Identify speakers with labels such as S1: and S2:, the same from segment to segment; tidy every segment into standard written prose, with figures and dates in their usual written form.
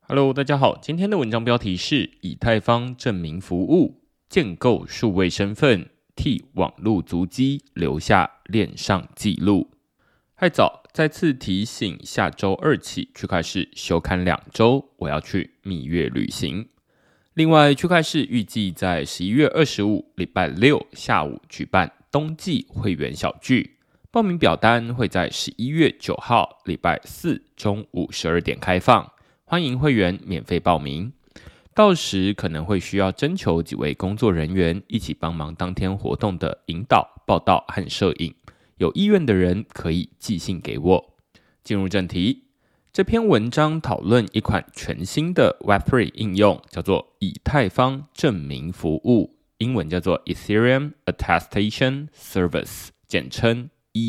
S1: Hello， 大家好，今天的文章标题是以太坊证明服务建构数位身份，替网络足迹留下链上记录。嗨早，再次提醒，下周二起区块市休刊2周，我要去蜜月旅行。另外，区块市预计在11月25礼拜六下午举办冬季会员小聚，报名表单会在11月9号礼拜四中午12点开放。欢迎会员免费报名，到时可能会需要征求几位工作人员一起帮忙当天活动的引导、报道和摄影。有意愿的人可以寄信给我。进入正题，这篇文章讨论一款全新的 Web3 应用，叫做以太坊证明服务，英文叫做 Ethereum Attestation Service， 简称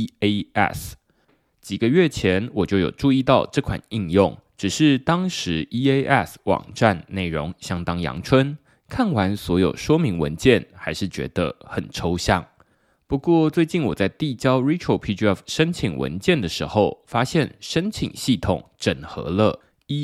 S1: EAS。几个月前我就有注意到这款应用，只是当时 EAS 网站内容相当阳春，看完所有说明文件还是觉得很抽象。不过最近我在递交 Retro PGF 申请文件的时候，发现申请系统整合了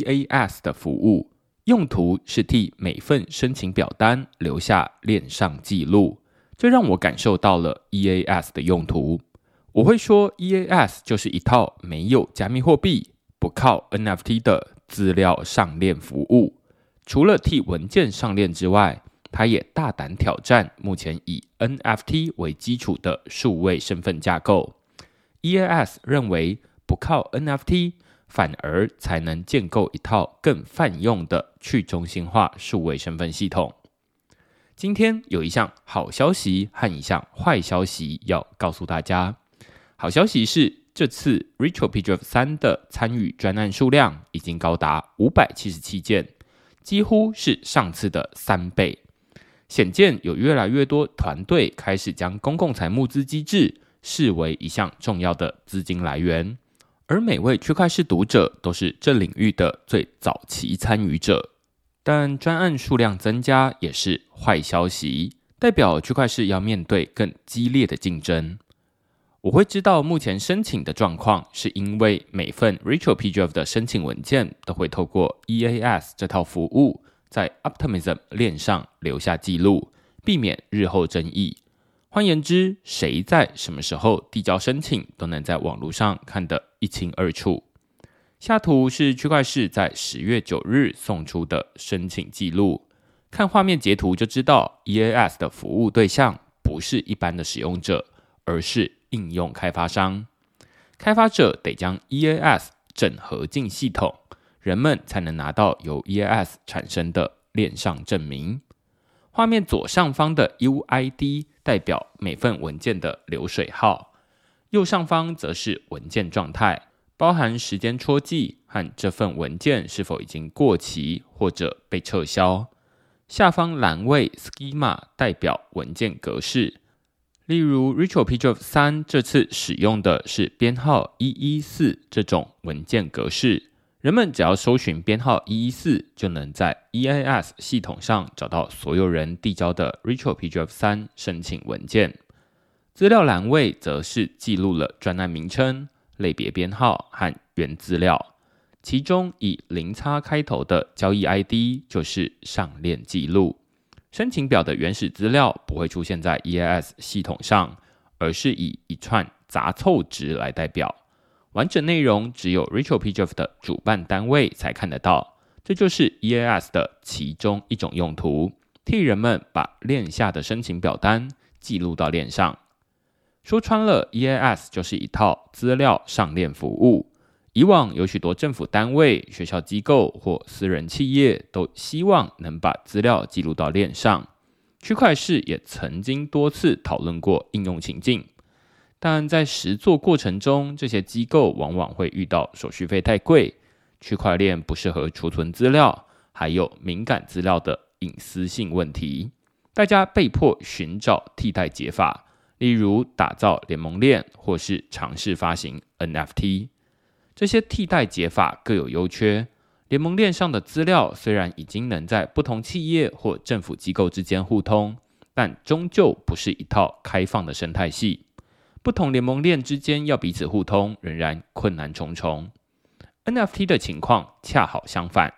S1: EAS 的服务，用途是替每份申请表单留下链上记录，这让我感受到了 EAS 的用途。我会说 EAS 就是一套没有加密货币、不靠 NFT 的资料上链服务。除了替文件上链之外，它也大胆挑战目前以 NFT 为基础的数位身份架构。EAS 认为不靠 NFT 反而才能建构一套更泛用的去中心化数位身份系统。今天有一项好消息和一项坏消息要告诉大家。好消息是，这次 Retro PGF 3的参与专案数量已经高达577件，几乎是上次的3倍。显见有越来越多团队开始将公共财募资机制视为一项重要的资金来源，而每位区块市读者都是这领域的最早期参与者。但专案数量增加也是坏消息，代表区块市要面对更激烈的竞争。我会知道目前申请的状况，是因为每份 Retro PGF 的申请文件都会透过 EAS 这套服务，在 Optimism 链上留下记录，避免日后争议。换言之，谁在什么时候递交申请，都能在网络上看得一清二楚。下图是区块市在10月9日送出的申请记录，看画面截图就知道 EAS 的服务对象不是一般的使用者，而是应用开发商。开发者得将 EAS 整合进系统，人们才能拿到由 EAS 产生的链上证明。画面左上方的 UID 代表每份文件的流水号，右上方则是文件状态，包含时间戳记和这份文件是否已经过期或者被撤销。下方栏位 Schema 代表文件格式，例如 Retro PGF 3这次使用的是编号114这种文件格式，人们只要搜寻编号114，就能在 EAS 系统上找到所有人递交的 Retro PGF 3申请文件。资料栏位则是记录了专案名称、类别编号和原资料，其中以0x开头的交易 ID 就是上链记录。申请表的原始资料不会出现在 EAS 系统上，而是以一串杂凑值来代表。完整内容只有 Retro PGF 的主办单位才看得到，这就是 EAS 的其中一种用途，替人们把链下的申请表单记录到链上。说穿了， EAS 就是一套资料上链服务。以往有许多政府单位、学校机构或私人企业都希望能把资料记录到链上。区块市也曾经多次讨论过应用情境，但在实作过程中，这些机构往往会遇到手续费太贵、区块链不适合储存资料，还有敏感资料的隐私性问题。大家被迫寻找替代解法，例如打造联盟链或是尝试发行 NFT。这些替代解法各有优缺。联盟链上的资料虽然已经能在不同企业或政府机构之间互通，但终究不是一套开放的生态系。不同联盟链之间要彼此互通，仍然困难重重。NFT 的情况恰好相反，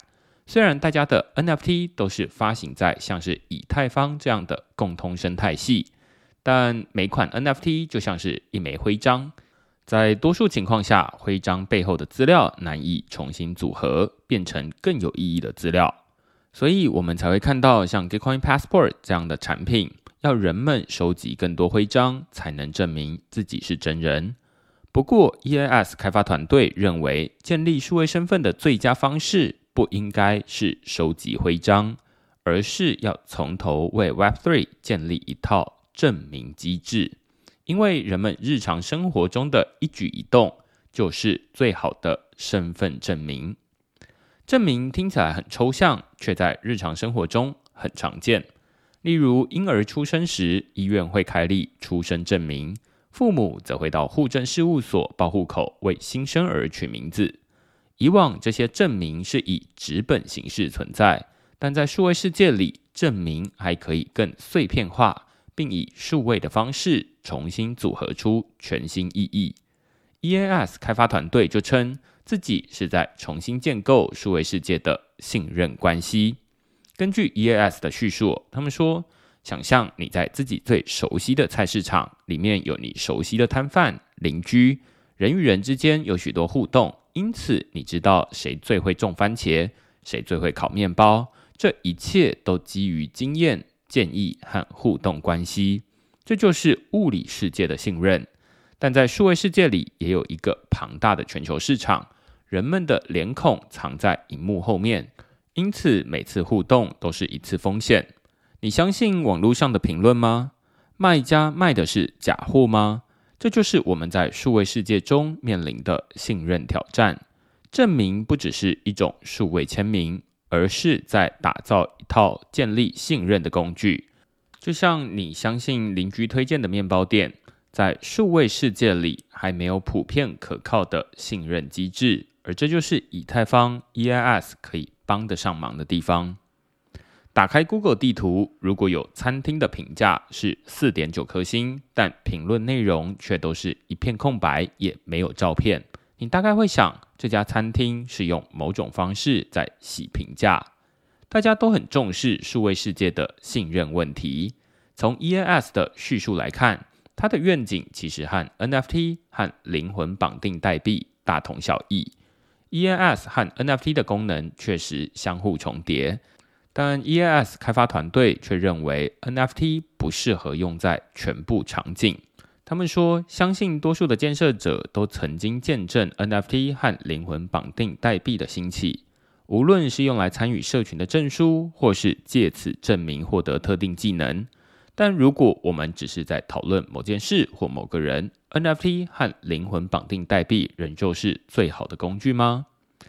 S1: 虽然大家的 NFT 都是发行在像是以太坊这样的共通生态系，但每款 NFT 就像是一枚徽章，在多数情况下，徽章背后的资料难以重新组合，变成更有意义的资料。所以我们才会看到像 Gitcoin Passport 这样的产品，要人们收集更多徽章，才能证明自己是真人。不过 EAS 开发团队认为，建立数位身份的最佳方式不应该是收集徽章，而是要从头为 Web3 建立一套证明机制。因为人们日常生活中的一举一动，就是最好的身份证明。证明听起来很抽象，却在日常生活中很常见。例如，婴儿出生时，医院会开立出生证明，父母则会到户政事务所报户口为新生儿取名字。以往这些证明是以纸本形式存在，但在数位世界里，证明还可以更碎片化，并以数位的方式重新组合出全新意义。EAS 开发团队就称自己是在重新建构数位世界的信任关系。根据 EAS 的叙述，他们说，想象你在自己最熟悉的菜市场，里面有你熟悉的摊贩、邻居，人与人之间有许多互动，因此你知道谁最会种番茄，谁最会烤面包，这一切都基于经验、建议和互动关系。这就是物理世界的信任。但在数位世界里，也有一个庞大的全球市场，人们的脸孔藏在荧幕后面，因此每次互动都是一次风险。你相信网络上的评论吗？卖家卖的是假货吗？这就是我们在数位世界中面临的信任挑战。证明不只是一种数位签名，而是在打造一套建立信任的工具。就像你相信邻居推荐的面包店，在数位世界里还没有普遍可靠的信任机制，而这就是以太坊 EAS 可以帮得上忙的地方。打开 Google 地图，如果有餐厅的评价是 4.9 颗星，但评论内容却都是一片空白，也没有照片，你大概会想，这家餐厅是用某种方式在洗评价。大家都很重视数位世界的信任问题。从 EAS 的叙述来看，它的愿景其实和 NFT 和灵魂绑定代币大同小异。EAS 和 NFT 的功能确实相互重叠，但 EAS 开发团队却认为 NFT 不适合用在全部场景。他们说，相信多数的建设者都曾经见证 NFT 和灵魂绑定代币的兴起，无论是用来参与社群的证书，或是借此证明获得特定技能。但如果我们只是在讨论某件事或某个人， NFT 和灵魂绑定代币仍旧是最好的工具吗？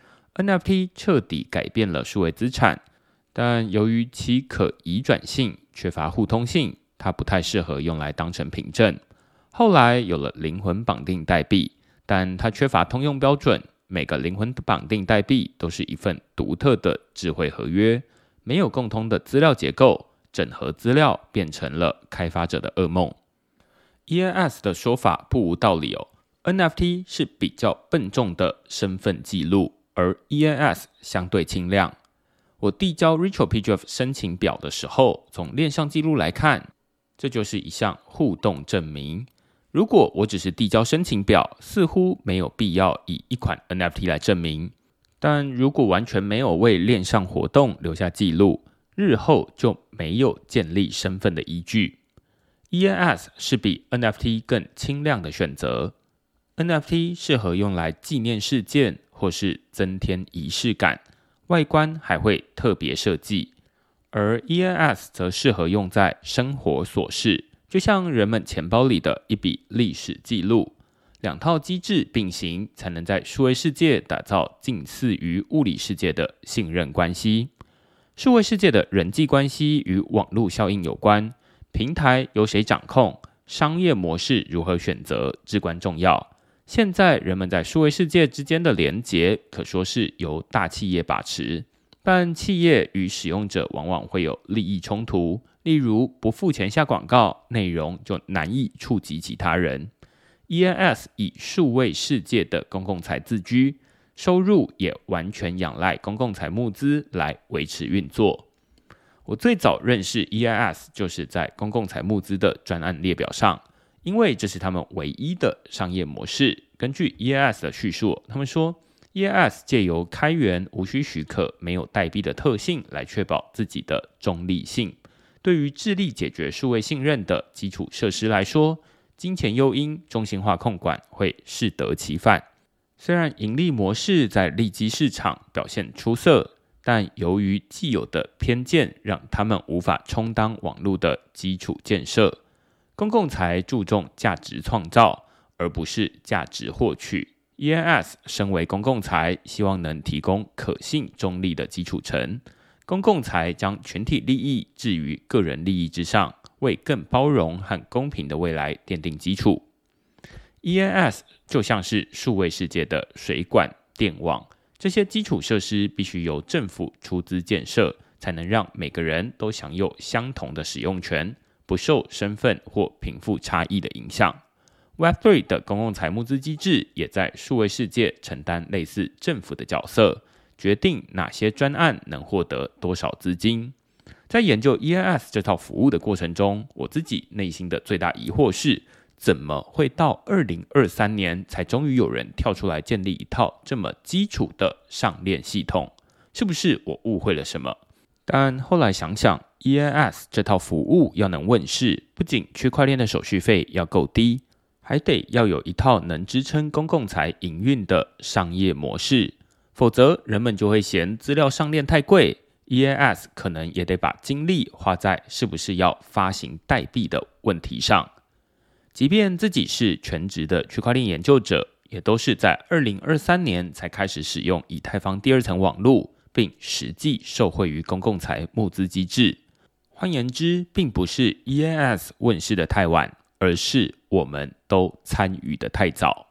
S1: NFT 彻底改变了数位资产，但由于其可移转性缺乏互通性，它不太适合用来当成凭证。后来有了灵魂绑定代币，但它缺乏通用标准，每个灵魂绑定代币都是一份独特的智慧合约，没有共通的资料结构，整合资料变成了开发者的噩梦。EAS 的说法不无道理哦。NFT 是比较笨重的身份记录，而 EAS 相对轻量。我递交 Ritual PGF 申请表的时候，从链上记录来看，这就是一项互动证明。如果我只是递交申请表，似乎没有必要以一款 NFT 来证明。但如果完全没有为链上活动留下记录，日后就没有建立身份的依据。EAS 是比 NFT 更轻量的选择。NFT 适合用来纪念事件或是增添仪式感，外观还会特别设计。而 EAS 则适合用在生活琐事，就像人们钱包里的一笔历史记录。两套机制并行，才能在数位世界打造近似于物理世界的信任关系。数位世界的人际关系与网络效应有关，平台由谁掌控，商业模式如何选择，至关重要。现在人们在数位世界之间的连结，可说是由大企业把持，但企业与使用者往往会有利益冲突，例如不付钱下广告，内容就难以触及其他人。EAS 以数位世界的公共财自居， 收入也完全仰赖公共财募资来维持运作。我最早认识 EIS 就是在公共财募资的专案列表上，因为这是他们唯一的商业模式。根据 EIS 的叙述，他们说 EIS 借由开源、无需许可、没有代币的特性来确保自己的中立性。对于致力解决数位信任的基础设施来说，金钱诱因、中心化控管会适得其反。虽然盈利模式在利基市场表现出色，但由于既有的偏见，让他们无法充当网络的基础建设。公共财注重价值创造，而不是价值获取。EIS 身为公共财，希望能提供可信中立的基础层。公共财将全体利益置于个人利益之上，为更包容和公平的未来奠定基础。EIS 就像是数位世界的水管、电网，这些基础设施必须由政府出资建设，才能让每个人都享有相同的使用权，不受身份或贫富差异的影响。Web3 的公共财募资机制也在数位世界承担类似政府的角色，决定哪些专案能获得多少资金。在研究 EIS 这套服务的过程中，我自己内心的最大疑惑是，怎么会到2023年才终于有人跳出来建立一套这么基础的上链系统？是不是我误会了什么？但后来想想， EIS 这套服务要能问世，不仅区块链的手续费要够低，还得要有一套能支撑公共财营运的商业模式，否则人们就会嫌资料上链太贵。EIS 可能也得把精力花在是不是要发行代币的问题上。即便自己是全职的区块链研究者，也都是在2023年才开始使用以太坊第二层网络，并实际受惠于公共财募资机制。换言之，并不是 EIS 问世的太晚，而是我们都参与的太早。